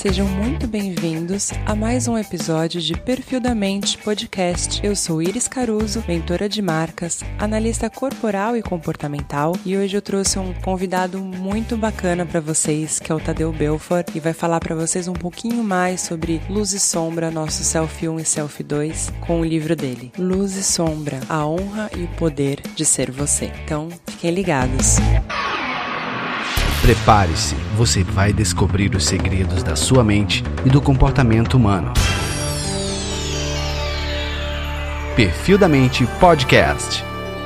sejam muito bem-vindos a mais um episódio de Perfil da Mente Podcast. Eu sou Iris Caruso, mentora de marcas, analista corporal e comportamental, e hoje eu trouxe um convidado muito bacana para vocês, que é o Tadeu Belfort, e vai falar para vocês um pouquinho mais sobre Luz e Sombra, nosso Selfie 1 e Selfie 2, com o livro dele, Luz e Sombra, a honra e o poder de ser você. Então, fiquem ligados. Prepare-se, você vai descobrir os segredos da sua mente e do comportamento humano. Perfil da Mente Podcast.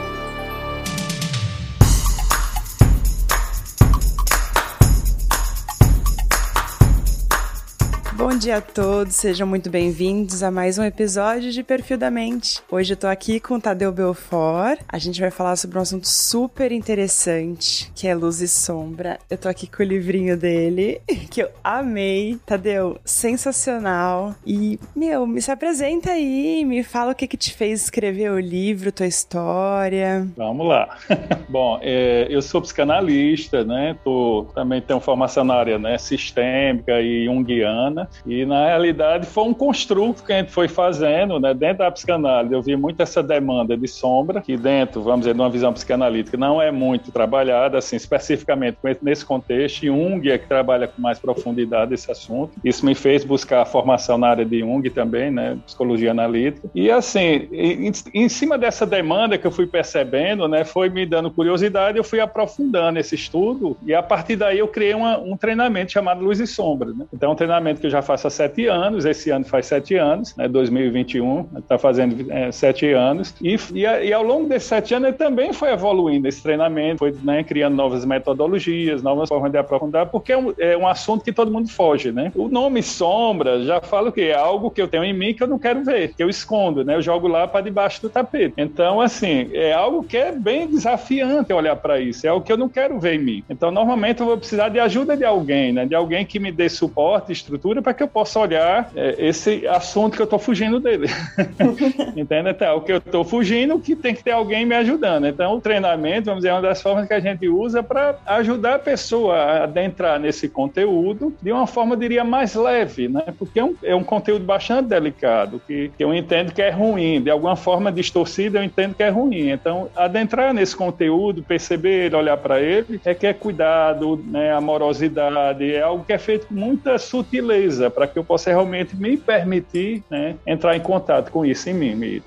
Bom dia a todos, sejam muito bem-vindos a mais um episódio de Perfil da Mente. Hoje eu tô aqui com o Tadeu Belfort. A gente vai falar sobre um assunto super interessante, que é Luz e Sombra. Eu tô aqui com o livrinho dele, que eu amei. Tadeu, sensacional. E, me se apresenta aí, me fala o que te fez escrever o livro, tua história. Vamos lá. Bom, eu sou psicanalista, né? Também tenho formação na área, né, sistêmica e junguiana. E, na realidade, foi um construto que a gente foi fazendo, né, dentro da psicanálise. Eu vi muito essa demanda de sombra, que dentro, vamos dizer, de uma visão psicanalítica, não é muito trabalhada, assim, especificamente nesse contexto. Jung é que trabalha com mais profundidade esse assunto. Isso me fez buscar a formação na área de Jung também, né, psicologia analítica. E, assim, em cima dessa demanda que eu fui percebendo, né, foi me dando curiosidade, eu fui aprofundando esse estudo, e a partir daí eu criei um treinamento chamado Luz e Sombra, né? Então, é um treinamento que eu já faço há 7 anos, esse ano faz 7 anos, né, 2021, está fazendo 7 anos, e ao longo desses 7 anos ele também foi evoluindo esse treinamento, foi, né, criando novas metodologias, novas formas de aprofundar, porque é um assunto que todo mundo foge, né? O nome sombra já fala o quê? É algo que eu tenho em mim que eu não quero ver, que eu escondo, né? Eu jogo lá para debaixo do tapete. Então, assim, é algo que é bem desafiante olhar para isso, é algo que eu não quero ver em mim. Então, normalmente eu vou precisar de ajuda de alguém, né? De alguém que me dê suporte, estrutura, para que eu possa olhar esse assunto que eu estou fugindo dele. Entende? Então, o que eu estou fugindo, que tem que ter alguém me ajudando. Então, o treinamento, vamos dizer, é uma das formas que a gente usa para ajudar a pessoa a adentrar nesse conteúdo de uma forma, eu diria, mais leve, né? Porque é um conteúdo bastante delicado, que eu entendo que é ruim, de alguma forma distorcida, eu entendo que é ruim. Então, adentrar nesse conteúdo, perceber ele, olhar para ele, que é cuidado, né, amorosidade, é algo que é feito com muita sutileza, para que eu possa realmente me permitir, né, entrar em contato com isso em mim mesmo.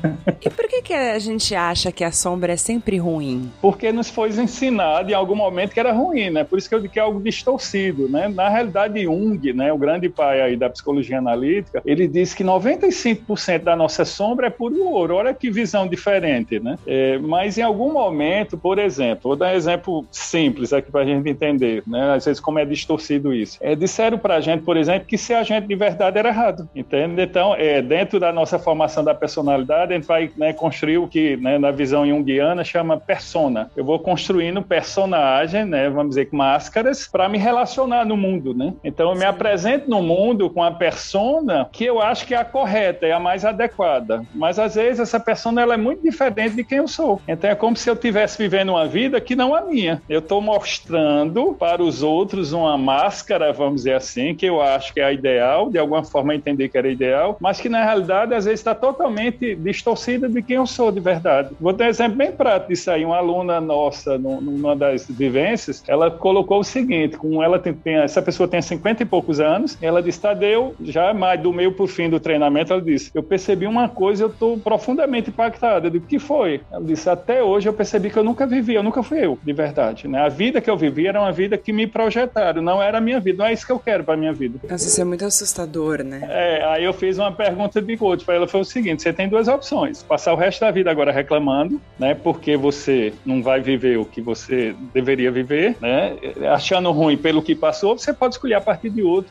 E por que a gente acha que a sombra é sempre ruim? Porque nos foi ensinado em algum momento que era ruim, né? Por isso que eu digo que é algo distorcido, né? Na realidade, Jung, né, o grande pai aí da psicologia analítica, ele diz que 95% da nossa sombra é puro ouro. Olha que visão diferente, né? Mas em algum momento, por exemplo, vou dar um exemplo simples aqui para a gente entender, né? Às vezes como é distorcido isso. Disseram para a gente, por exemplo, que ser agente de verdade era errado, entende? Então, dentro da nossa formação da personalidade, a gente vai, né, construir o que, né, na visão junguiana chama persona. Eu vou construindo personagem, né, vamos dizer, com máscaras, para me relacionar no mundo, né? Então, eu me apresento no mundo com a persona que eu acho que é a correta, é a mais adequada. Mas, às vezes, essa persona ela é muito diferente de quem eu sou. Então, é como se eu estivesse vivendo uma vida que não é minha. Eu estou mostrando para os outros uma máscara, vamos dizer assim, que eu acho que é a ideal, de alguma forma entender que era ideal, mas que na realidade às vezes está totalmente distorcida de quem eu sou de verdade. Vou dar um exemplo bem prático disso aí. Uma aluna nossa, numa das vivências, ela colocou o seguinte, essa pessoa tem 50 e poucos anos, ela disse, Tadeu, já mais do meio para o fim do treinamento, ela disse, eu percebi uma coisa, eu estou profundamente impactada. Eu digo, o que foi? Ela disse, até hoje eu percebi que eu nunca fui eu, de verdade, né? A vida que eu vivi era uma vida que me projetaram, não era a minha vida, não é isso que eu quero para a minha vida. Nossa, isso é muito assustador, né? Aí eu fiz uma pergunta de coach para ela, foi o seguinte, você tem 2 opções, passar o resto da vida agora reclamando, né, porque você não vai viver o que você deveria viver, né, achando ruim pelo que passou, você pode escolher a partir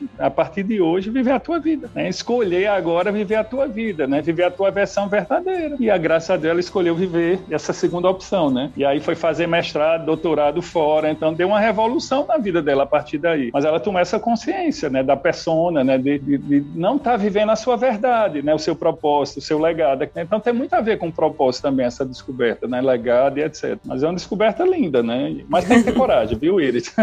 de hoje, viver a tua vida, né, escolher agora viver a tua vida, né, viver a tua versão verdadeira, e a graça dela escolheu viver essa segunda opção, né, e aí foi fazer mestrado, doutorado fora, então deu uma revolução na vida dela a partir daí, mas ela tomou essa consciência, né, da persona zona, né, de não estar vivendo a sua verdade, né, o seu propósito, o seu legado. Então tem muito a ver com o propósito também, essa descoberta, né, legado e etc. Mas é uma descoberta linda, né, mas tem que ter coragem, viu, Iris?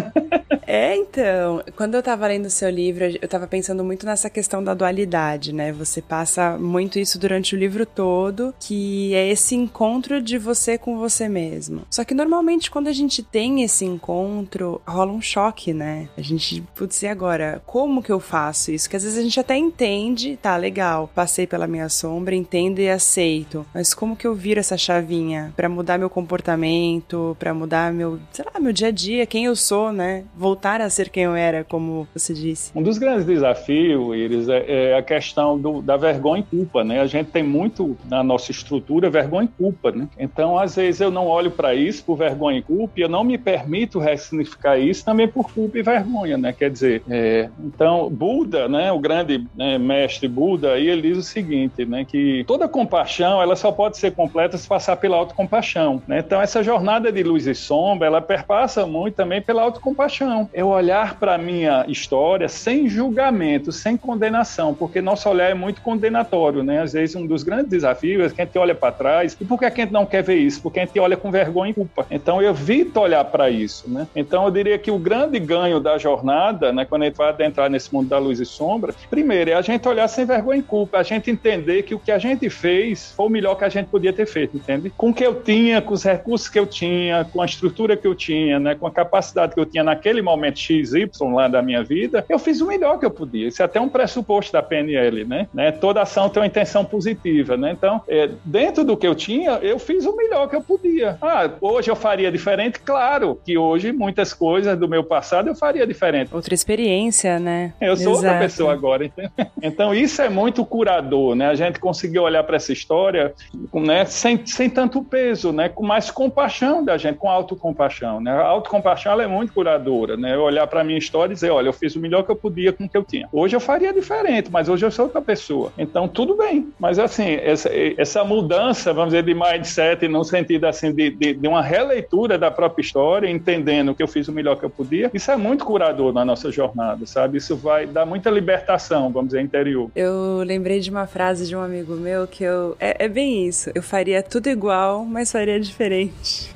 Então, quando eu tava lendo o seu livro, eu tava pensando muito nessa questão da dualidade, né, você passa muito isso durante o livro todo, que é esse encontro de você com você mesmo. Só que normalmente quando a gente tem esse encontro, rola um choque, né? A gente, putz, e agora? Como que eu faço isso? Que às vezes a gente até entende, tá, legal, passei pela minha sombra, entendo e aceito, mas como que eu viro essa chavinha pra mudar meu comportamento, pra mudar meu, sei lá, meu dia a dia, quem eu sou, né? Voltar a ser quem eu era, como você disse. Um dos grandes desafios, Iris, é a questão da vergonha e culpa, né? A gente tem muito na nossa estrutura vergonha e culpa, né? Então, às vezes, eu não olho para isso por vergonha e culpa e eu não me permito ressignificar isso também por culpa e vergonha, né? Quer dizer, então, Buda, né? O grande mestre Buda, aí ele diz o seguinte, né? Que toda compaixão, ela só pode ser completa se passar pela autocompaixão, né? Então, essa jornada de luz e sombra, ela perpassa muito também pela autocompaixão. Eu olhar para a minha história sem julgamento, sem condenação, porque nosso olhar é muito condenatório, né? Às vezes, um dos grandes desafios é que a gente olha para trás. E por que a gente não quer ver isso? Porque a gente olha com vergonha e culpa. Então, eu evito olhar para isso, né? Então, eu diria que o grande ganho da jornada, né, quando a gente vai adentrar nesse mundo da luz e sombra, primeiro, é a gente olhar sem vergonha e culpa, a gente entender que o que a gente fez foi o melhor que a gente podia ter feito, entende? Com o que eu tinha, com os recursos que eu tinha, com a estrutura que eu tinha, né, com a capacidade que eu tinha naquele momento XY lá da minha vida, eu fiz o melhor que eu podia. Isso é até um pressuposto da PNL, né? Toda ação tem uma intenção positiva, né? Então, dentro do que eu tinha, eu fiz o melhor que eu podia. Hoje eu faria diferente? Claro que hoje muitas coisas do meu passado eu faria diferente. Outra experiência, né? Eu sou outra pessoa agora. Então isso é muito curador, né? A gente conseguiu olhar para essa história, né, sem tanto peso, né? Com mais compaixão da gente, com autocompaixão, né? A autocompaixão ela é muito curadora, né? Eu olhar para a minha história e dizer, olha, eu fiz o melhor que eu podia com o que eu tinha. Hoje eu faria diferente, mas hoje eu sou outra pessoa. Então tudo bem. Mas assim, essa mudança, vamos dizer, de mindset no sentido assim de uma releitura da própria história, entendendo que eu fiz o melhor que eu podia, isso é muito curador na nossa jornada, sabe? Isso vai dar muita libertação, vamos dizer, interior. Eu lembrei de uma frase de um amigo meu que é bem isso, eu faria tudo igual, mas faria diferente.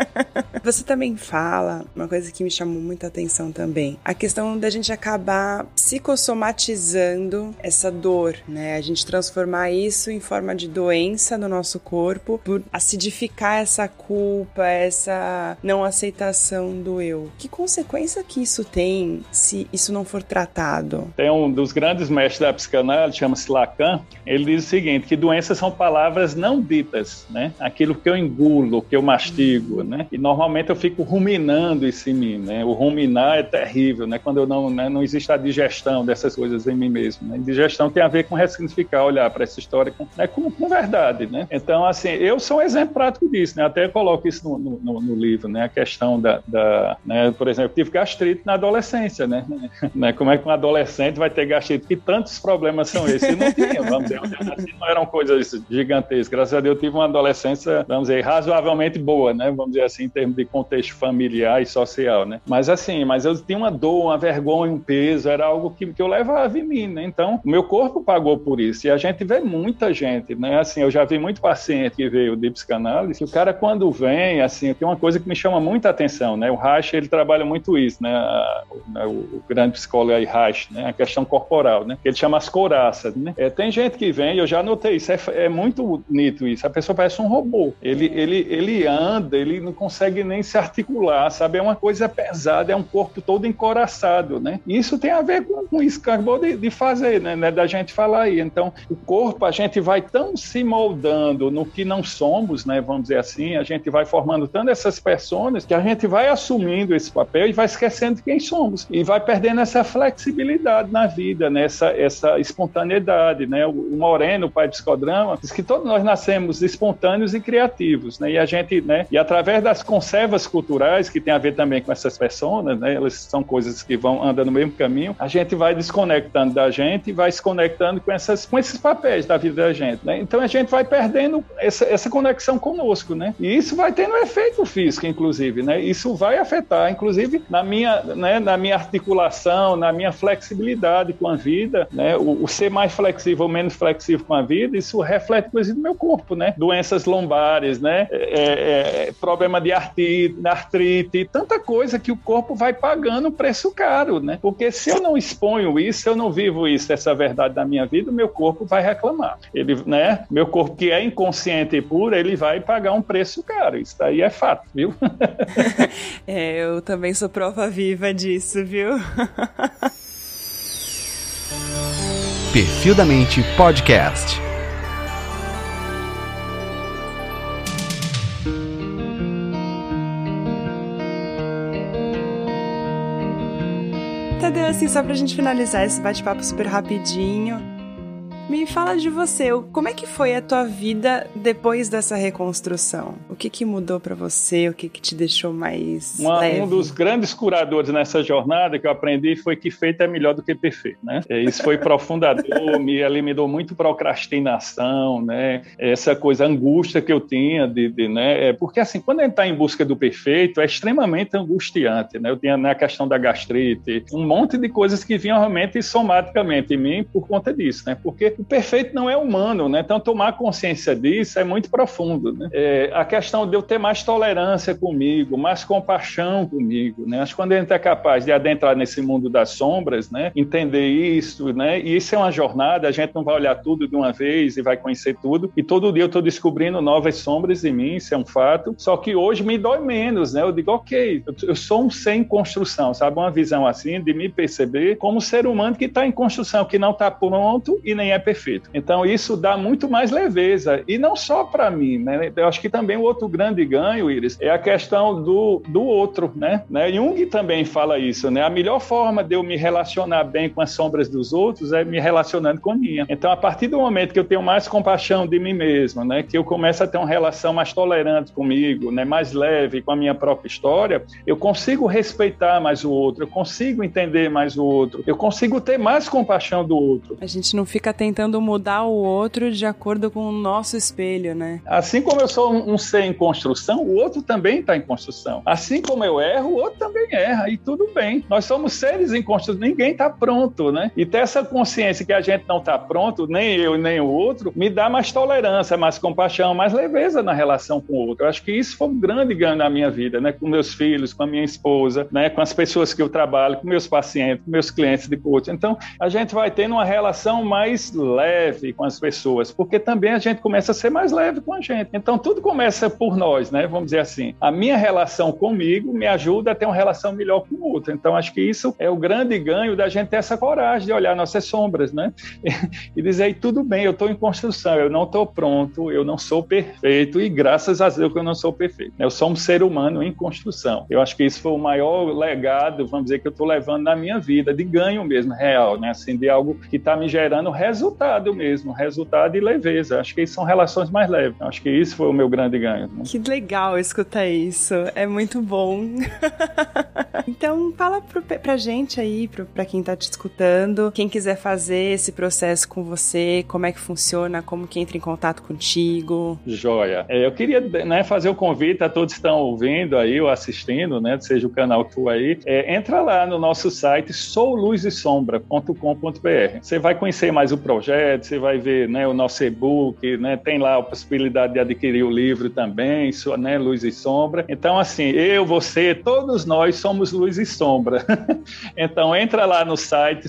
Você também fala, uma coisa que me chamou muita atenção também, a questão da gente acabar psicossomatizando essa dor, né? A gente transformar isso em forma de doença no nosso corpo, por acidificar essa culpa, essa não aceitação do eu. Que consequência que isso tem se isso não for tratado? Tem um dos grandes mestres da psicanálise, chama-se Lacan, ele diz o seguinte, que doenças são palavras não ditas, né? Aquilo que eu engulo, que eu mastigo, né? E normalmente eu fico ruminando isso em mim, né? O ruminar é terrível, né? Quando eu não existe a digestão dessas coisas em mim mesmo, né? Digestão tem a ver com ressignificar, olhar para essa história com verdade, né? Então, assim, eu sou um exemplo prático disso, né? Até coloco isso no livro, né? A questão né? Por exemplo, eu tive gastrite na adolescência, né? Como é que um adolescente vai ter gastrite? Que tantos problemas são esses? Eu não tinha, vamos dizer, não eram coisas gigantescas. Graças a Deus eu tive uma adolescência, vamos dizer, razoavelmente boa, né? Vamos dizer assim, em termos de contexto familiar e social, né? Mas assim, eu tinha uma dor, uma vergonha, um peso, era algo que eu levava em mim, né? Então, o meu corpo pagou por isso. E a gente vê muita gente, né? Assim, eu já vi muito paciente que veio de psicanálise, que o cara quando vem, assim, tem uma coisa que me chama muita atenção, né? O Reich, ele trabalha muito isso, né? O grande psicólogo aí, Reich, né? A questão corporal, né? Ele chama as couraças, né? Tem gente que vem, eu já notei isso, é muito nítido isso, a pessoa parece um robô, ele anda, ele não consegue nem se articular, sabe? É uma coisa pesada, é um corpo todo encoraçado, né? E isso tem a ver com isso que acabou de fazer, né? Da gente falar aí. Então, o corpo, a gente vai tão se moldando no que não somos, né? Vamos dizer assim, a gente vai formando tanto essas personas que a gente vai assumindo esse papel e vai esquecendo de quem somos. E vai perdendo essa flexibilidade na vida, né? Essa espontaneidade, né? O Moreno, o pai do psicodrama, diz que todos nós nascemos espontâneos e criativos, né? E a gente, né? E através das levas culturais, que tem a ver também com essas personas, né? Elas são coisas que vão andando no mesmo caminho, a gente vai desconectando da gente e vai se conectando com esses papéis da vida da gente, né? Então a gente vai perdendo essa conexão conosco, né? E isso vai tendo um efeito físico, inclusive, né? Isso vai afetar, inclusive, na minha articulação, na minha flexibilidade com a vida, né? O ser mais flexível ou menos flexível com a vida, isso reflete coisas no meu corpo, né? Doenças lombares, né? Problema de artrite, tanta coisa que o corpo vai pagando um preço caro, né? Porque se eu não exponho isso, se eu não vivo isso, essa verdade da minha vida, o meu corpo vai reclamar. Ele, né? Meu corpo, que é inconsciente e puro, ele vai pagar um preço caro. Isso daí é fato, viu? Eu também sou prova viva disso, viu? Perfil da Mente Podcast. Tadeu, assim, só pra gente finalizar esse bate-papo super rapidinho, me fala de você, como é que foi a tua vida depois dessa reconstrução? O que mudou pra você? O que te deixou mais leve? Um dos grandes curadores nessa jornada que eu aprendi foi que feito é melhor do que perfeito, né? Isso foi profundador, me eliminou muito procrastinação, né? Essa coisa, angústia que eu tinha, né? Porque assim, quando a gente está em busca do perfeito, é extremamente angustiante, né? Eu tinha a questão da gastrite, um monte de coisas que vinham realmente somaticamente em mim por conta disso, né? Porque o perfeito não é humano, né? Então tomar consciência disso é muito profundo, né? A questão de eu ter mais tolerância comigo, mais compaixão comigo, né? Acho que quando a gente é capaz de adentrar nesse mundo das sombras, né? Entender isso, né? E isso é uma jornada, a gente não vai olhar tudo de uma vez e vai conhecer tudo, e todo dia eu estou descobrindo novas sombras em mim, isso é um fato, só que hoje me dói menos, né? Eu digo, ok, eu sou um ser em construção, sabe? Uma visão assim de me perceber como ser humano que está em construção, que não está pronto e nem é perfeito. Então isso dá muito mais leveza, e não só para mim, né? Eu acho que também o outro grande ganho, Iris, é a questão do outro, né? Jung também fala isso, né? A melhor forma de eu me relacionar bem com as sombras dos outros é me relacionando com a minha. Então a partir do momento que eu tenho mais compaixão de mim mesmo, né? Que eu começo a ter uma relação mais tolerante comigo, né? Mais leve com a minha própria história, eu consigo respeitar mais o outro, eu consigo entender mais o outro, eu consigo ter mais compaixão do outro. A gente não fica tentando mudar o outro de acordo com o nosso espelho, né? Assim como eu sou um ser em construção, o outro também está em construção. Assim como eu erro, o outro também erra, e tudo bem. Nós somos seres em construção, ninguém está pronto, né? E ter essa consciência que a gente não está pronto, nem eu, nem o outro, me dá mais tolerância, mais compaixão, mais leveza na relação com o outro. Eu acho que isso foi um grande ganho na minha vida, né? Com meus filhos, com a minha esposa, né? Com as pessoas que eu trabalho, com meus pacientes, com meus clientes de coaching. Então, a gente vai tendo uma relação mais leve com as pessoas, porque também a gente começa a ser mais leve com a gente. Então tudo começa por nós, né? Vamos dizer assim, a minha relação comigo me ajuda a ter uma relação melhor com o outro. Então acho que isso é o grande ganho da gente ter essa coragem de olhar nossas sombras, né? E dizer, tudo bem, eu estou em construção, eu não estou pronto, eu não sou perfeito, e graças a Deus que eu não sou perfeito. Eu sou um ser humano em construção. Eu acho que isso foi o maior legado, vamos dizer, que eu estou levando na minha vida, de ganho mesmo, real, né? Assim, de algo que está me gerando resultado mesmo, resultado e leveza. Acho que isso são relações mais leves. Acho que isso foi o meu grande ganho, né? Que legal escutar isso. É muito bom. Então, fala pra gente aí, pra quem tá te escutando, quem quiser fazer esse processo com você, como é que funciona, como que entra em contato contigo. Joia. Eu queria, né, fazer o convite a todos que estão ouvindo aí ou assistindo, né, seja o canal que for aí, entra lá no nosso site souluzesombra.com.br. Você vai conhecer mais o projeto, você vai ver, né, o nosso e-book, né, tem lá a possibilidade de adquirir o livro também, né, Luz e Sombra. Então, assim, eu, você, todos nós somos luz e sombra. Então, entra lá no site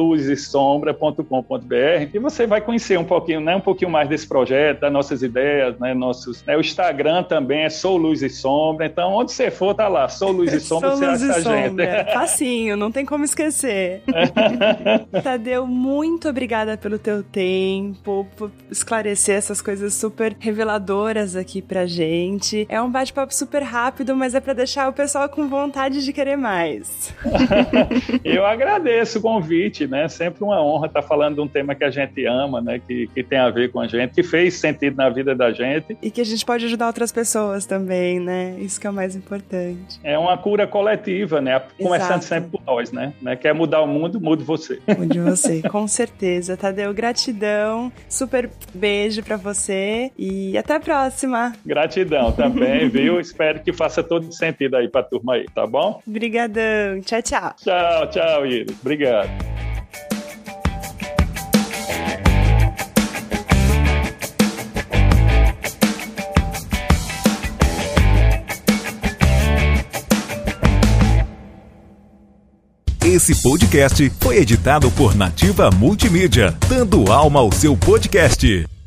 souluzesombra.com.br e você vai conhecer um pouquinho, né, um pouquinho mais desse projeto, das nossas ideias, né, o Instagram também é Sou Luz e Sombra. Então, onde você for, tá lá, Sou Luz e Sombra, você acha a gente. Facinho, não tem como esquecer. Tadeu, muito obrigada pelo teu tempo, por esclarecer essas coisas super reveladoras aqui pra gente. É um bate-papo super rápido, mas é pra deixar o pessoal com vontade de querer mais. Eu agradeço o convite, né? Sempre uma honra estar falando de um tema que a gente ama, né? Que tem a ver com a gente, que fez sentido na vida da gente. E que a gente pode ajudar outras pessoas também, né? Isso que é o mais importante. É uma cura coletiva, né? Começando sempre por nós, né? Quer mudar o mundo, mude você. Mude você, com certeza. Tadeu, gratidão. Super beijo pra você e até a próxima. Gratidão também, viu? Espero que faça todo sentido aí pra turma aí, tá bom? Obrigadão. Tchau, tchau. Tchau, Iris. Obrigado. Esse podcast foi editado por Nativa Multimídia, dando alma ao seu podcast.